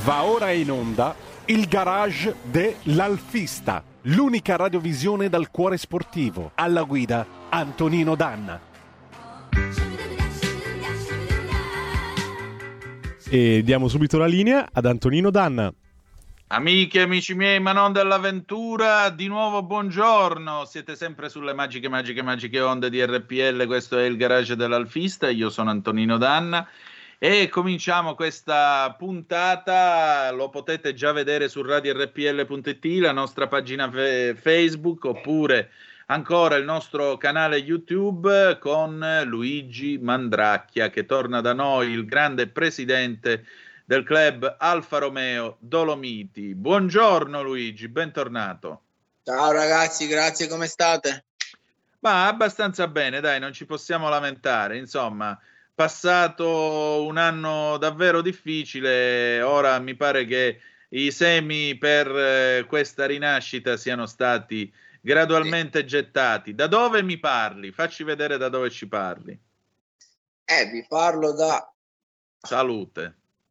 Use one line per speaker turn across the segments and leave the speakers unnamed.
Va ora in onda il garage dell'Alfista, l'unica radiovisione dal cuore sportivo. Alla guida Antonino Danna.
E diamo subito la linea ad Antonino Danna.
Amiche e amici miei, ma non dell'avventura, di nuovo buongiorno, siete sempre sulle magiche onde di RPL, questo è il garage dell'Alfista, io sono Antonino Danna e cominciamo questa puntata, lo potete già vedere su radiorpl.it, la nostra pagina Facebook, oppure ancora il nostro canale YouTube con Luigi Mandracchia che torna da noi, il grande presidente del club Alfa Romeo Dolomiti. Buongiorno Luigi, bentornato.
Ciao ragazzi, grazie, come state?
Ma abbastanza bene, dai, non ci possiamo lamentare. Insomma, passato un anno davvero difficile, ora mi pare che i semi per questa rinascita siano stati gradualmente gettati. Da dove mi parli? Facci vedere da dove ci parli.
Vi parlo da...
Salute.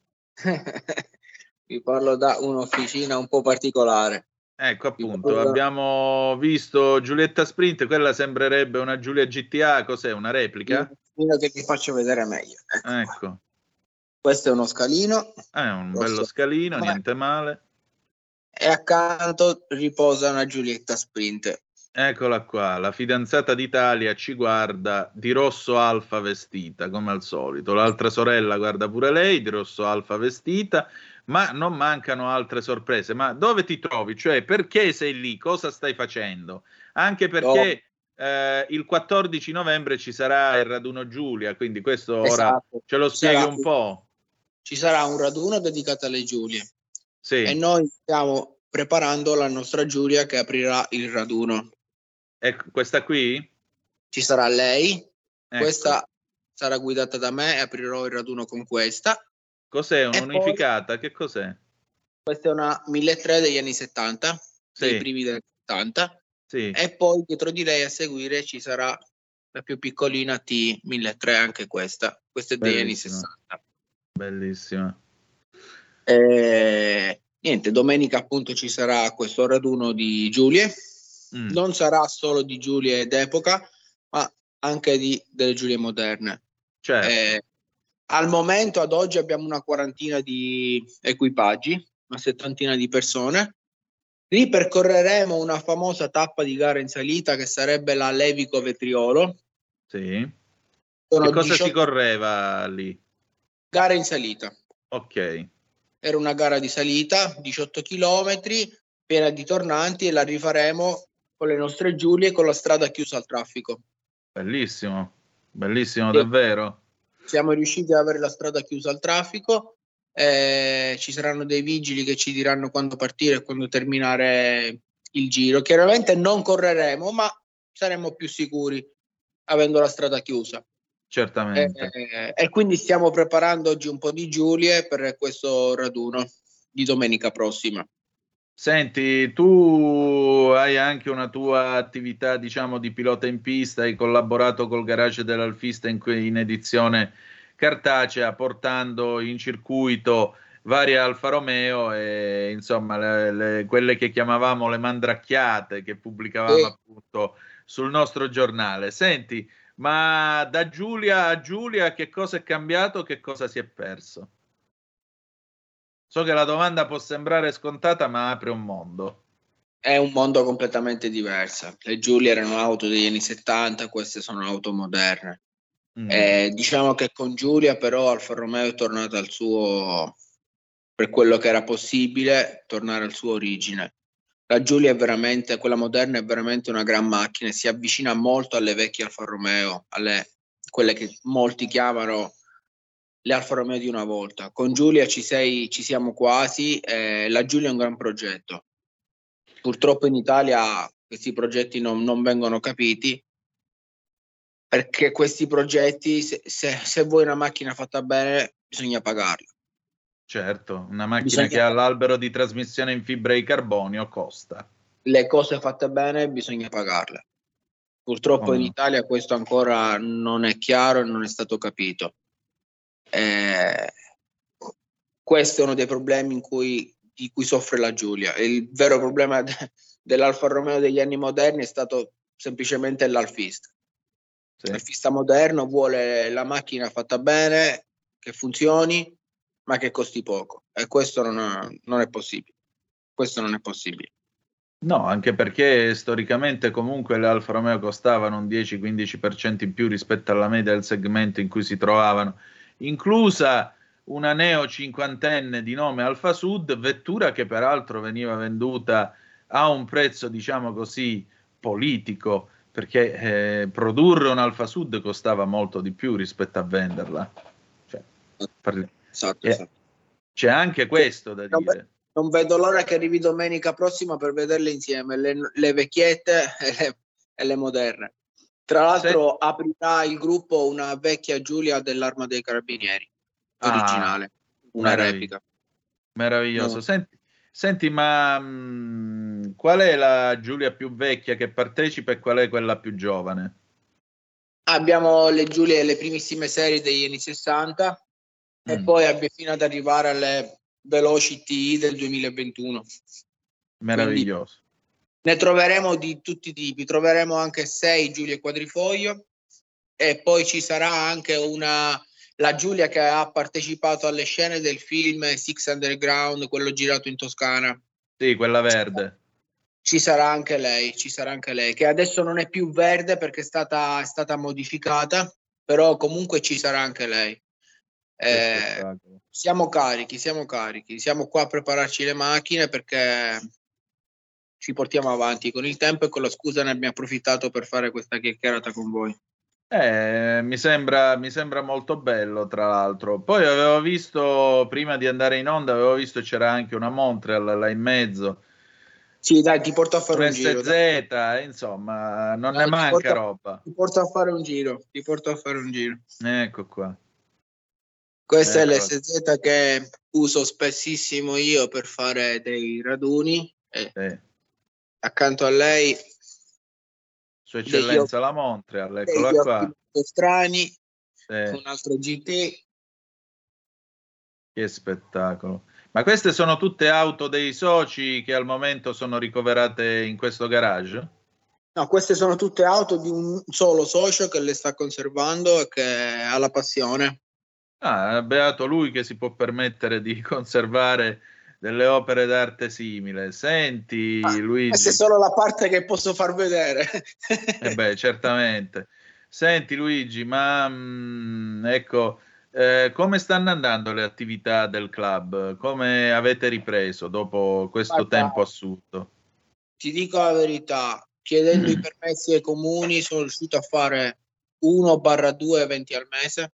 Vi parlo da un'officina un po' particolare.
Ecco, appunto, abbiamo visto Giulietta Sprint, quella sembrerebbe una Giulia GTA, cos'è, una replica?
Che vi faccio vedere meglio.
Ecco.
Questo è uno scalino.
Un bello scalino, niente male.
E accanto riposa una Giulietta Sprint.
Eccola qua, la fidanzata d'Italia ci guarda di rosso alfa vestita, come al solito. L'altra sorella guarda pure lei, di rosso alfa vestita, ma non mancano altre sorprese. Ma dove ti trovi? Cioè, perché sei lì? Cosa stai facendo? Anche perché il 14 novembre ci sarà il raduno Giulia, quindi questo ora ce lo spieghi un po'.
Ci sarà un raduno dedicato alle Giulie.
Sì.
E noi stiamo preparando la nostra Giulia che aprirà il raduno.
E questa qui?
Ci sarà lei,
ecco.
Questa sarà guidata da me e aprirò il raduno con questa.
Cos'è, un'unificata? Poi, che cos'è?
Questa è una 1300 degli anni 70,
sì.
Dei primi del 70.
Sì.
E poi dietro di lei a seguire ci sarà la più piccolina T1300, anche questa. Questa è degli anni 60.
Bellissima.
Niente, domenica appunto ci sarà questo raduno di Giulie. Non sarà solo di Giulie d'epoca, ma anche delle Giulie moderne.
Certo.
Al momento, ad oggi, abbiamo una quarantina di equipaggi, una settantina di persone. Ripercorreremo una famosa tappa di gara in salita che sarebbe la Levico Vetriolo.
Sì. Che cosa si correva lì?
Gara in salita.
Ok.
Era una gara di salita, 18 chilometri, piena di tornanti, e la rifaremo con le nostre Giulie con la strada chiusa al traffico.
Bellissimo, bellissimo,
sì.
Davvero.
Siamo riusciti ad avere la strada chiusa al traffico, ci saranno dei vigili che ci diranno quando partire e quando terminare il giro. Chiaramente non correremo, ma saremo più sicuri avendo la strada chiusa.
Certamente.
E quindi stiamo preparando oggi un po' di Giulie per questo raduno di domenica prossima.
Senti, tu hai anche una tua attività, diciamo, di pilota in pista, hai collaborato col garage dell'Alfista in edizione cartacea, portando in circuito varie Alfa Romeo e insomma quelle che chiamavamo le mandracchiate che pubblicavamo appunto sul nostro giornale. Senti, ma da Giulia a Giulia che cosa è cambiato, che cosa si è perso? So che la domanda può sembrare scontata, ma apre un mondo.
È un mondo completamente diverso. Le Giulie erano auto degli anni 70, queste sono auto moderne. Diciamo che con Giulia però Alfa Romeo è tornata al suo, per quello che era possibile, tornare al suo origine. La Giulia è veramente, quella moderna è veramente una gran macchina, si avvicina molto alle vecchie Alfa Romeo, quelle che molti chiamano le Alfa Romeo di una volta. Con Giulia ci siamo quasi, la Giulia è un gran progetto. Purtroppo in Italia questi progetti non vengono capiti, perché questi progetti, se vuoi una macchina fatta bene, bisogna pagarla.
Certo, una macchina che ha l'albero di trasmissione in fibra di carbonio costa.
Le cose fatte bene bisogna pagarle. Purtroppo in Italia questo ancora non è chiaro e non è stato capito. questo è uno dei problemi di cui soffre la Giulia. Il vero problema dell'Alfa Romeo degli anni moderni è stato semplicemente l'alfista.
Sì.
L'alfista moderno vuole la macchina fatta bene, che funzioni, ma che costi poco, e questo non è possibile. Questo non è possibile.
No, anche perché storicamente comunque le Alfa Romeo costavano un 10-15% in più rispetto alla media del segmento in cui si trovavano, inclusa una neo cinquantenne di nome Alfa Sud, vettura che peraltro veniva venduta a un prezzo, diciamo così, politico, perché produrre un Alfa Sud costava molto di più rispetto a venderla. Cioè,
Esatto.
c'è anche questo da dire.
Non vedo l'ora che arrivi domenica prossima per vederle insieme, le vecchiette e le moderne. Tra l'altro aprirà il gruppo una vecchia Giulia dell'Arma dei Carabinieri, originale, una replica.
Meraviglioso. No. Senti, ma qual è la Giulia più vecchia che partecipa e qual è quella più giovane?
Abbiamo le Giulie, le primissime serie degli anni 60 e poi fino ad arrivare alle veloci TI del 2021.
Meraviglioso.
Quindi ne troveremo di tutti i tipi, troveremo anche 6 Giulie quadrifoglio e poi ci sarà anche la Giulia che ha partecipato alle scene del film Six Underground, quello girato in Toscana.
Sì, quella verde.
Ci sarà anche lei, che adesso non è più verde perché è stata modificata, però comunque ci sarà anche lei. Siamo carichi, siamo qua a prepararci le macchine perché ci portiamo avanti con il tempo e con la scusa ne abbiamo approfittato per fare questa chiacchierata con voi.
Mi sembra molto bello, tra l'altro. Poi avevo visto, prima di andare in onda, c'era anche una Montreal là in mezzo.
Sì, dai, ti porto a fare un giro.
SZ, insomma, non ne manca roba.
Ti porto a fare un giro.
Ecco qua.
Questa è l'SZ che uso spessissimo io per fare dei raduni. Accanto a lei
Sua Eccellenza la Montreal, eccola qua.
Strani, un altro GT.
Che spettacolo. Ma queste sono tutte auto dei soci che al momento sono ricoverate in questo garage?
No, queste sono tutte auto di un solo socio che le sta conservando e che ha la passione.
Beato lui che si può permettere di conservare delle opere d'arte simile. Senti, Luigi.
Questa è solo la parte che posso far vedere.
Certamente. Senti, Luigi, ma ecco, come stanno andando le attività del club? Come avete ripreso dopo questo tempo assurdo?
Ti dico la verità, chiedendo i permessi ai comuni sono riuscito a fare 1-2 eventi al mese.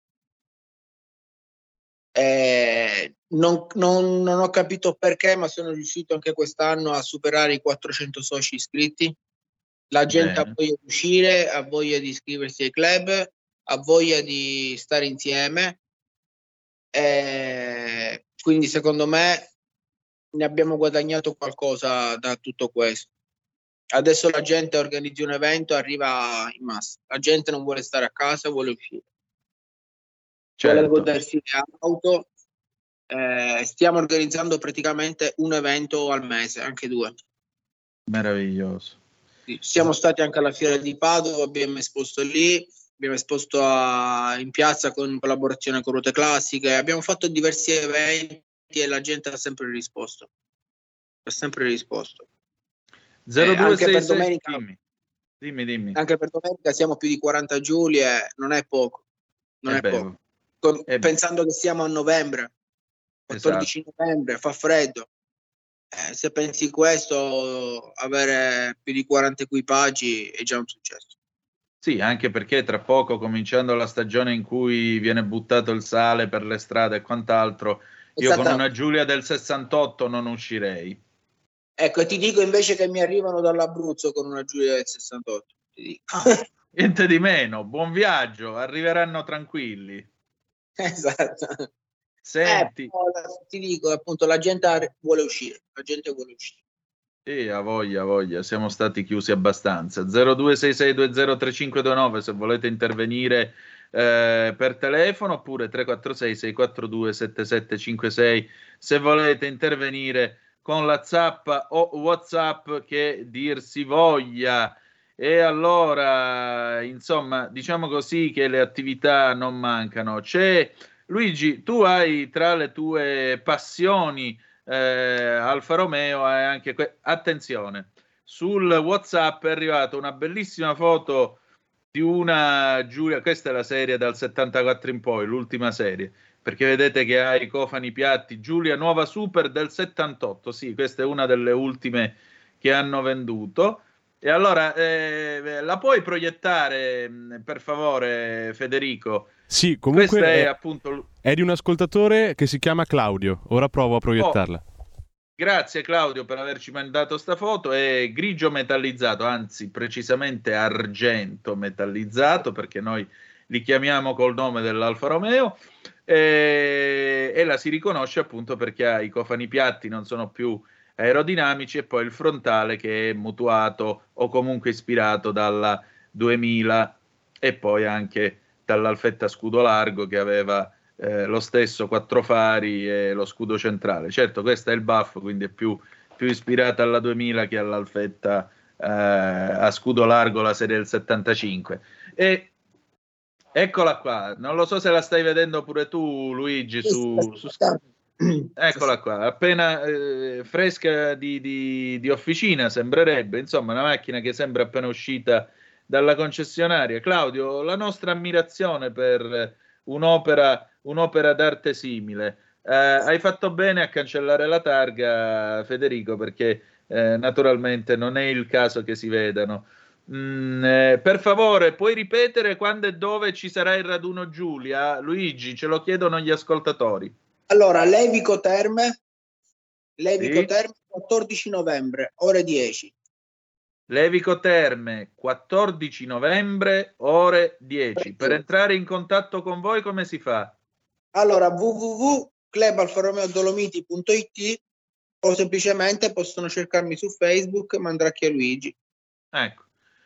Non ho capito perché, ma sono riuscito anche quest'anno a superare i 400 soci iscritti. La gente ha voglia di uscire, ha voglia di iscriversi ai club, ha voglia di stare insieme. Quindi secondo me ne abbiamo guadagnato qualcosa da tutto questo. Adesso la gente organizza un evento, arriva in massa. La gente non vuole stare a casa, vuole uscire. Vuole godersi le auto. Stiamo organizzando praticamente un evento al mese, anche 2.
Meraviglioso.
Siamo stati anche alla fiera di Padova, abbiamo esposto lì, abbiamo esposto in piazza con collaborazione con Ruote Classiche, abbiamo fatto diversi eventi e la gente ha sempre risposto.
0266, dimmi.
Anche per domenica siamo più di 40 Giulie, non è poco. Pensando che siamo a novembre, 14 novembre, fa freddo. Se pensi questo, avere più di 40 equipaggi è già un successo.
Sì, anche perché tra poco, cominciando la stagione in cui viene buttato il sale per le strade e quant'altro, io con una Giulia del 68 non uscirei.
Ecco, ti dico invece che mi arrivano dall'Abruzzo con una Giulia del 68. Ti dico.
Niente di meno, buon viaggio, arriveranno tranquilli.
Esatto.
Senti,
ti dico appunto, la gente vuole uscire.
Ha voglia, siamo stati chiusi abbastanza. 0266203529 se volete intervenire per telefono, oppure 346-642-7756 se volete intervenire con la Zappa o WhatsApp, che dir si voglia. E allora, insomma, diciamo così che le attività non mancano. Luigi, tu hai tra le tue passioni Alfa Romeo, hai anche attenzione, sul WhatsApp è arrivata una bellissima foto di una Giulia, questa è la serie dal 74 in poi, l'ultima serie, perché vedete che ha i cofani piatti, Giulia nuova Super del 78, sì, questa è una delle ultime che hanno venduto. E allora la puoi proiettare, per favore, Federico?
Sì, comunque
questa è appunto...
è di un ascoltatore che si chiama Claudio, ora provo a proiettarla.
Grazie Claudio per averci mandato sta foto, è grigio metallizzato, anzi precisamente argento metallizzato, perché noi li chiamiamo col nome dell'Alfa Romeo, e la si riconosce appunto perché ha i cofani piatti, non sono più aerodinamici, e poi il frontale che è mutuato o comunque ispirato dalla 2000, e poi anche dall'Alfetta scudo largo che aveva lo stesso quattro fari e lo scudo centrale. Certo, questo è il buff, quindi è più ispirata alla 2000 che all'Alfetta a scudo largo, la serie del 75. E eccola qua, non lo so se la stai vedendo pure tu, Luigi, su eccola qua, appena fresca di officina, sembrerebbe, insomma, una macchina che sembra appena uscita dalla concessionaria. Claudio, la nostra ammirazione per un'opera d'arte simile. Hai fatto bene a cancellare la targa, Federico, perché naturalmente non è il caso che si vedano. Per favore, puoi ripetere quando e dove ci sarà il raduno Giulia? Luigi, ce lo chiedono gli ascoltatori.
Allora, Levico Terme,
Sì.
14 novembre, ore 10.
Levico Terme, 14 novembre, ore 10. Per entrare in contatto con voi come si fa?
Allora, www.clubalfaromeodolomiti.it o semplicemente possono cercarmi su Facebook Mandracchia Luigi.
Ecco,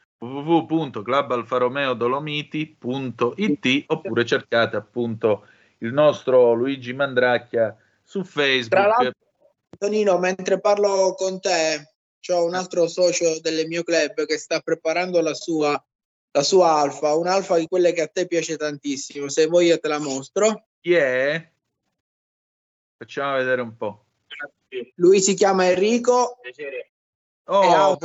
www.clubalfaromeodolomiti.it, oppure cercate appunto il nostro Luigi Mandracchia su Facebook.
Tra l'altro, Antonino, mentre parlo con te, c'ho un altro socio del mio club che sta preparando la sua Alfa, un'Alfa di quelle che a te piace tantissimo. Se vuoi io te la mostro.
Chi è? Facciamo vedere un po'.
Lui si chiama Enrico.
Oh,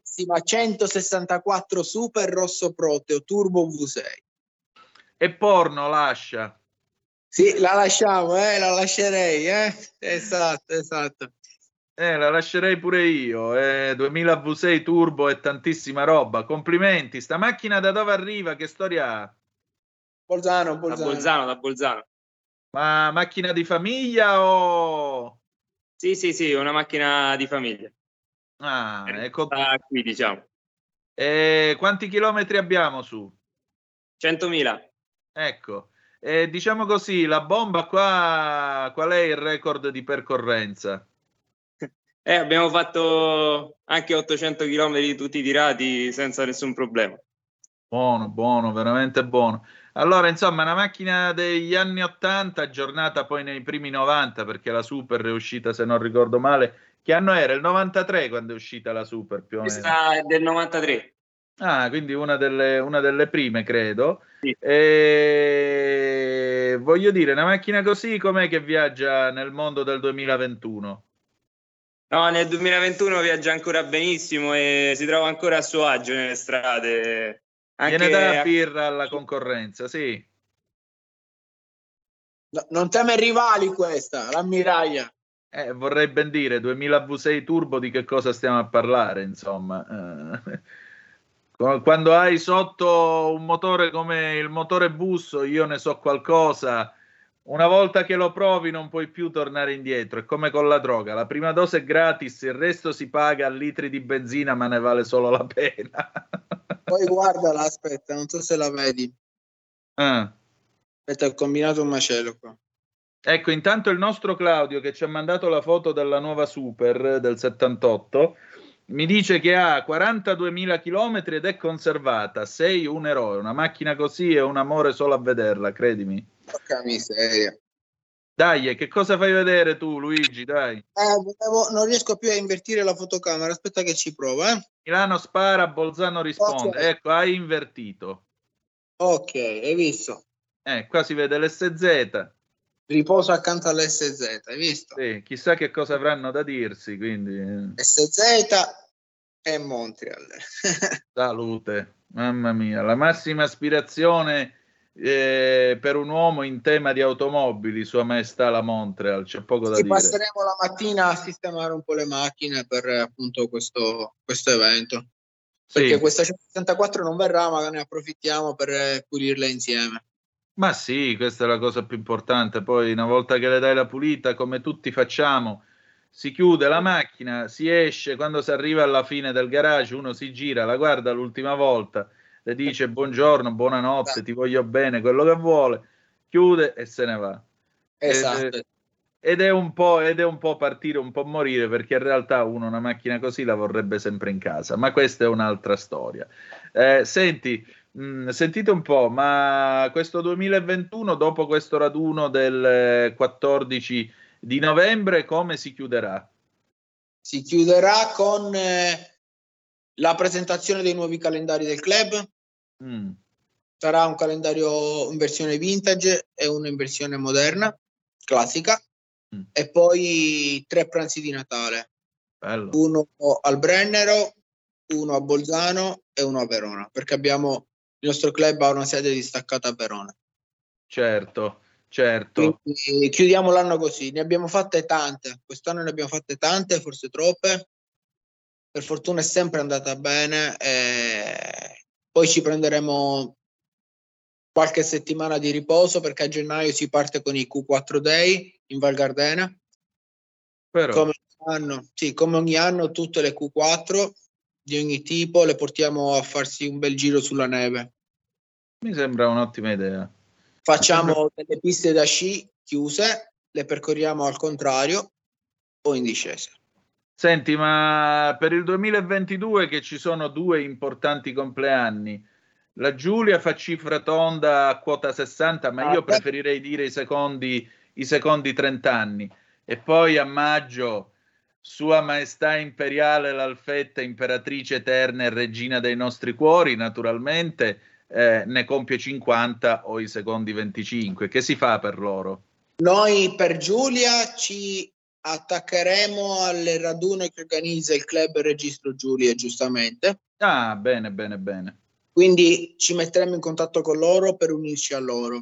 164 Super Rosso Proteo Turbo V6.
E porno lascia.
Sì, la lasciamo, la lascerei, esatto.
La lascerei pure io, 2000 V6 turbo e tantissima roba. Complimenti. Sta macchina da dove arriva? Che storia ha?
Da
Bolzano.
Ma macchina di famiglia o...
Sì, una macchina di famiglia.
Ah, ecco
qui, diciamo.
Quanti chilometri abbiamo su?
100.000.
Ecco, diciamo così, la bomba qua, qual è il record di percorrenza?
Abbiamo fatto anche 800 km tutti tirati senza nessun problema.
Buono, veramente buono. Allora, insomma, una macchina degli anni 80, aggiornata poi nei primi 90, perché la Super è uscita, se non ricordo male, che anno era? Il 93 quando è uscita la Super, più o meno.
Questa è del 93.
Ah, quindi una delle prime, credo.
Sì.
Voglio dire, una macchina così, com'è che viaggia nel mondo del 2021?
No, nel 2021 viaggia ancora benissimo e si trova ancora a suo agio nelle strade.
Viene da birra alla concorrenza, sì.
No, non teme rivali questa, l'ammiraglia.
Vorrei ben dire, 2000 V6 turbo, di che cosa stiamo a parlare, insomma. Quando hai sotto un motore come il motore Busso, io ne so qualcosa, una volta che lo provi non puoi più tornare indietro, è come con la droga, la prima dose è gratis, il resto si paga a litri di benzina, ma ne vale solo la pena.
Poi guardala, aspetta, non so se la vedi. Aspetta, ho combinato un macello qua.
Ecco, intanto il nostro Claudio che ci ha mandato la foto della nuova Super del 78 Mi dice che ha 42.000 chilometri ed è conservata. Sei un eroe. Una macchina così è un amore solo a vederla, credimi.
Porca miseria.
Dai, che cosa fai vedere tu, Luigi? Dai.
Non riesco più a invertire la fotocamera. Aspetta che ci provo.
Milano spara, Bolzano risponde.
Okay.
Ecco, hai invertito.
Ok, hai visto?
Qua si vede l'SZ.
Riposo accanto all'SZ, hai visto?
Sì, chissà che cosa avranno da dirsi, quindi...
SZ e Montreal.
Salute, mamma mia, la massima aspirazione per un uomo in tema di automobili, Sua Maestà la Montreal, c'è poco da dire.
Passeremo la mattina a sistemare un po' le macchine per appunto questo evento. Perché questa 164 non verrà, ma ne approfittiamo per pulirla insieme.
Ma sì, questa è la cosa più importante. Poi una volta che le dai la pulita, come tutti facciamo, si chiude la macchina, si esce, quando si arriva alla fine del garage uno si gira, la guarda l'ultima volta, le dice buongiorno, buonanotte, ti voglio bene, quello che vuole, chiude e se ne va.
Esatto.
Ed è un po' partire, un po' morire, perché in realtà uno una macchina così la vorrebbe sempre in casa, ma questa è un'altra storia. Sentite un po', ma questo 2021, dopo questo raduno del 14 di novembre, come si chiuderà?
Si chiuderà con la presentazione dei nuovi calendari del club. Sarà un calendario in versione vintage e uno in versione moderna, classica. E poi 3 pranzi di Natale.
Bello.
Uno al Brennero, uno a Bolzano e uno a Verona, perché il nostro club ha una sede distaccata a Verona.
Certo.
Quindi chiudiamo l'anno così. Ne abbiamo fatte tante. Quest'anno ne abbiamo fatte tante, forse troppe. Per fortuna è sempre andata bene. Poi ci prenderemo qualche settimana di riposo, perché a gennaio si parte con i Q4 Day in Val Gardena. Come ogni anno tutte le Q4 di ogni tipo le portiamo a farsi un bel giro sulla neve.
Mi sembra un'ottima idea.
Facciamo delle piste da sci chiuse, le percorriamo al contrario o in discesa.
Senti, ma per il 2022, che ci sono 2 importanti compleanni, la Giulia fa cifra tonda a quota 60, ma io preferirei dire i secondi 30 anni. E poi a maggio Sua Maestà Imperiale l'Alfetta, imperatrice eterna e regina dei nostri cuori, naturalmente, ne compie 50 o i secondi 25. Che si fa per loro?
Noi per Giulia ci attaccheremo al raduno che organizza il club Registro Giulia, giustamente.
Ah, bene.
Quindi ci metteremo in contatto con loro per unirci a loro.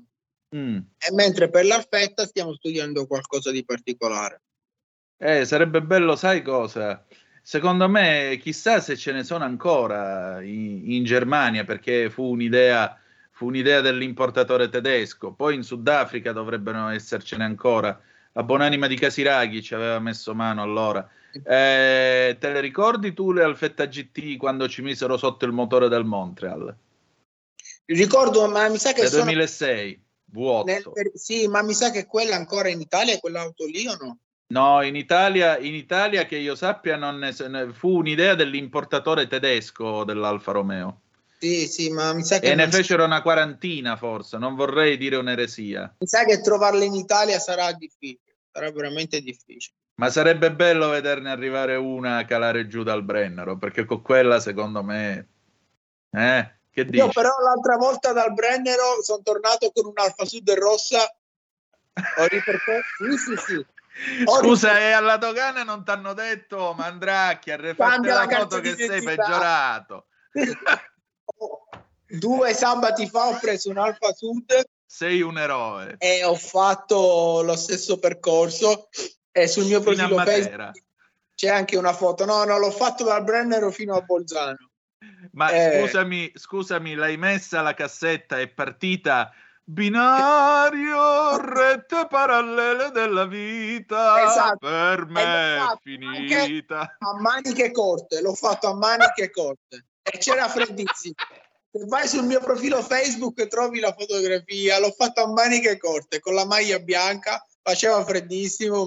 E mentre per l'Alfetta stiamo studiando qualcosa di particolare.
Sarebbe bello, sai cosa? Secondo me, chissà se ce ne sono ancora in Germania, perché fu un'idea dell'importatore tedesco. Poi in Sudafrica dovrebbero essercene ancora. La buonanima di Casiraghi ci aveva messo mano allora. Te le ricordi tu le Alfetta GT quando ci misero sotto il motore del Montreal?
Ricordo, ma mi sa che
2006, V8.
Sì, ma mi sa che quella ancora in Italia è quell'auto lì o no?
No, in Italia che io sappia fu un'idea dell'importatore tedesco dell'Alfa Romeo.
Sì, ma mi sa che...
E ne fecero una quarantina forse, non vorrei dire un'eresia.
Mi sa che trovarle in Italia sarà difficile, sarà veramente difficile.
Ma sarebbe bello vederne arrivare una a calare giù dal Brennero, perché con quella secondo me... che dici?
Io però l'altra volta dal Brennero sono tornato con un'Alfa Sud rossa. Sì.
Scusa, e alla dogana non ti hanno detto Mandracchi, rifatti la foto che sei peggiorato.
2 sabati fa ho preso un Alfa Sud.
Sei un eroe.
E ho fatto lo stesso percorso e sul mio profilo Facebook c'è anche una foto. No, l'ho fatto dal Brennero fino a Bolzano.
Ma scusami, l'hai messa la cassetta, è partita binario, rette parallele della vita,
esatto.
Per me è finita.
A maniche corte, l'ho fatto a maniche corte e c'era freddissimo. Se vai sul mio profilo Facebook trovi la fotografia, l'ho fatto a maniche corte con la maglia bianca, faceva freddissimo, ma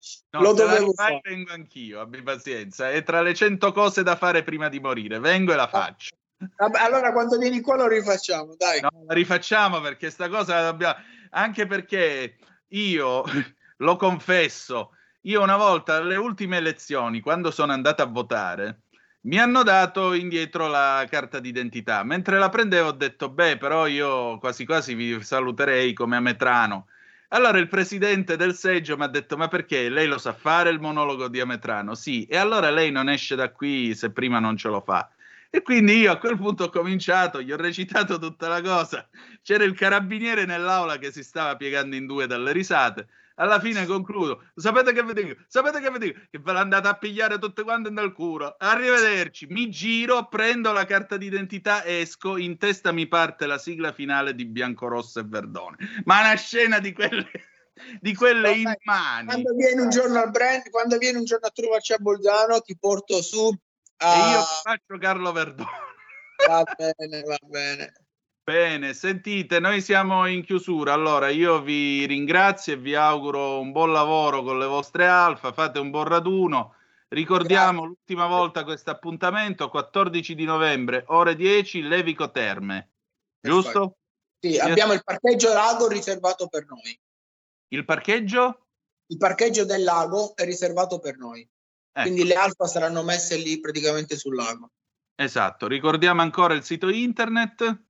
No,
lo dovevo fare.
Vengo anch'io, abbi pazienza. È tra le 100 cose da fare prima di morire. Vengo e la faccio.
Vabbè, allora quando vieni qua lo rifacciamo, dai.
No, la rifacciamo perché sta cosa la dobbiamo... Anche perché io, lo confesso, io una volta alle ultime elezioni, quando sono andato a votare, mi hanno dato indietro la carta d'identità. Mentre la prendevo ho detto, beh, però io quasi quasi vi saluterei come a Metrano. Allora il presidente del seggio mi ha detto, ma perché? Lei lo sa fare il monologo di Ametrano? Sì, e allora lei non esce da qui se prima non ce lo fa. E quindi io a quel punto ho cominciato, gli ho recitato tutta la cosa. C'era il carabiniere nell'aula che si stava piegando in due dalle risate. Alla fine concludo, sapete che vi dico? Che ve l'andate a pigliare tutte quante nel culo. Arrivederci, mi giro, prendo la carta d'identità, esco, in testa mi parte la sigla finale di Biancorosso e Verdone. Ma una scena di quelle immani.
Quando vieni un giorno al brand, quando vieni un giorno a trovarci a Bolzano, ti porto su.
E io faccio Carlo Verdone.
Va bene.
Bene, sentite, noi siamo in chiusura, allora io vi ringrazio e vi auguro un buon lavoro con le vostre alfa, fate un buon raduno, ricordiamo l'ultima volta questo appuntamento, 14 di novembre, ore 10, Levico Terme, giusto?
Sì, abbiamo il parcheggio lago riservato per noi.
Il parcheggio?
Il parcheggio del lago è riservato per noi, quindi le alfa saranno messe lì praticamente sul lago.
Esatto, ricordiamo ancora il sito internet?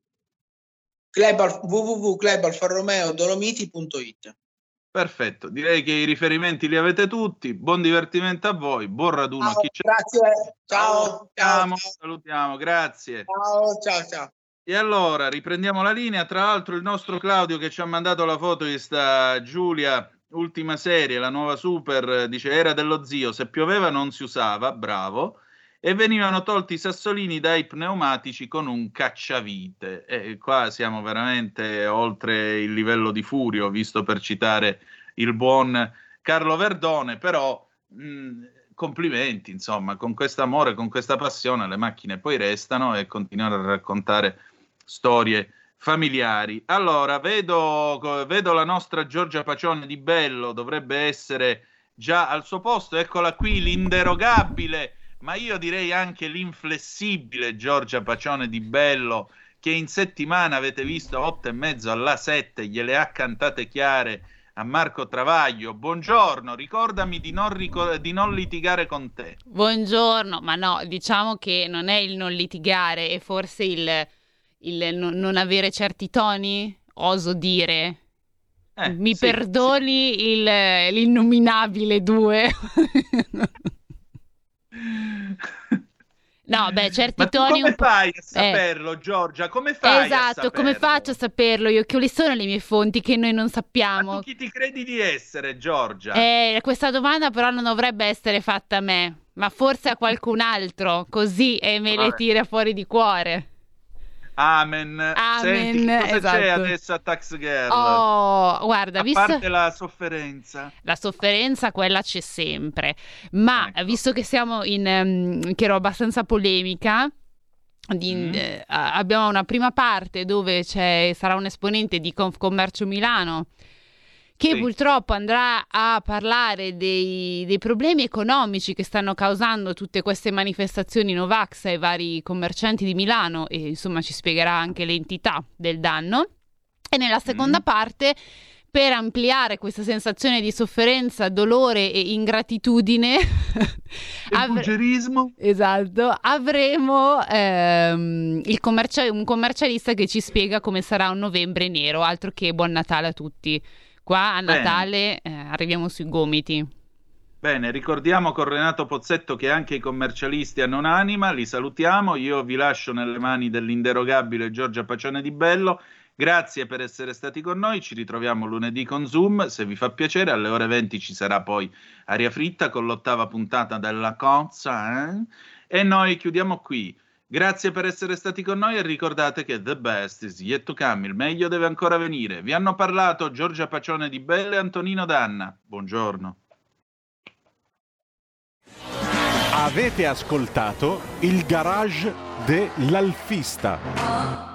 www.clubalfarromeodolomiti.it.
Perfetto, direi che i riferimenti li avete tutti. Buon divertimento a voi, buon raduno a chi c'è.
Grazie, ciao.
Salutiamo, grazie.
Ciao.
E allora riprendiamo la linea. Tra l'altro il nostro Claudio che ci ha mandato la foto di sta Giulia, ultima serie, la nuova Super, dice era dello zio, se pioveva non si usava, bravo. E venivano tolti i sassolini dai pneumatici con un cacciavite. E qua siamo veramente oltre il livello di Furio, visto per citare il buon Carlo Verdone, però complimenti, insomma, con questo amore, con questa passione, le macchine poi restano e continuare a raccontare storie familiari. Allora, vedo la nostra Giorgia Pacione di Bello, dovrebbe essere già al suo posto, eccola qui, l'inderogabile, ma io direi anche l'inflessibile Giorgia Pacione di Bello, che in settimana avete visto 8:30 alla 7, gliele ha cantate chiare a Marco Travaglio. Buongiorno, ricordami di non litigare con te.
Buongiorno, ma no, diciamo che non è il non litigare, è forse il non avere certi toni, oso dire. Mi
sì,
perdoni sì. L'innominabile 2. No, beh, certi
ma
toni
come fai a saperlo, Giorgia? Come fai a saperlo?
Come faccio a saperlo io? Quali sono le mie fonti che noi non sappiamo?
Ma tu chi ti credi di essere, Giorgia?
Questa domanda però non dovrebbe essere fatta a me, ma forse a qualcun altro, così me le tira fuori di cuore.
Amen. Senti, che cosa c'è adesso a Tax Girl?
Oh, guarda,
a parte la sofferenza.
La sofferenza, quella c'è sempre. Ma visto che siamo che ero abbastanza polemica, abbiamo una prima parte dove sarà un esponente di Confcommercio Milano che purtroppo andrà a parlare dei problemi economici che stanno causando tutte queste manifestazioni Novax ai vari commercianti di Milano e insomma ci spiegherà anche l'entità del danno. E nella seconda parte, per ampliare questa sensazione di sofferenza, dolore e ingratitudine,
bulgerismo.
Esatto, avremo un commercialista che ci spiega come sarà un novembre nero, altro che buon Natale a tutti. Qua a Natale arriviamo sui gomiti.
Bene, ricordiamo con Renato Pozzetto che anche i commercialisti hanno un'anima, li salutiamo, io vi lascio nelle mani dell'inderogabile Giorgia Pacione di Bello, grazie per essere stati con noi, ci ritroviamo lunedì con Zoom, se vi fa piacere, alle ore 20 ci sarà poi Aria Fritta con l'8ª puntata della Cozza, e noi chiudiamo qui. Grazie per essere stati con noi e ricordate che the best is yet to come, il meglio deve ancora venire. Vi hanno parlato Giorgia Pacione di Bello e Antonino Danna. Buongiorno.
Avete ascoltato il garage dell'Alfista.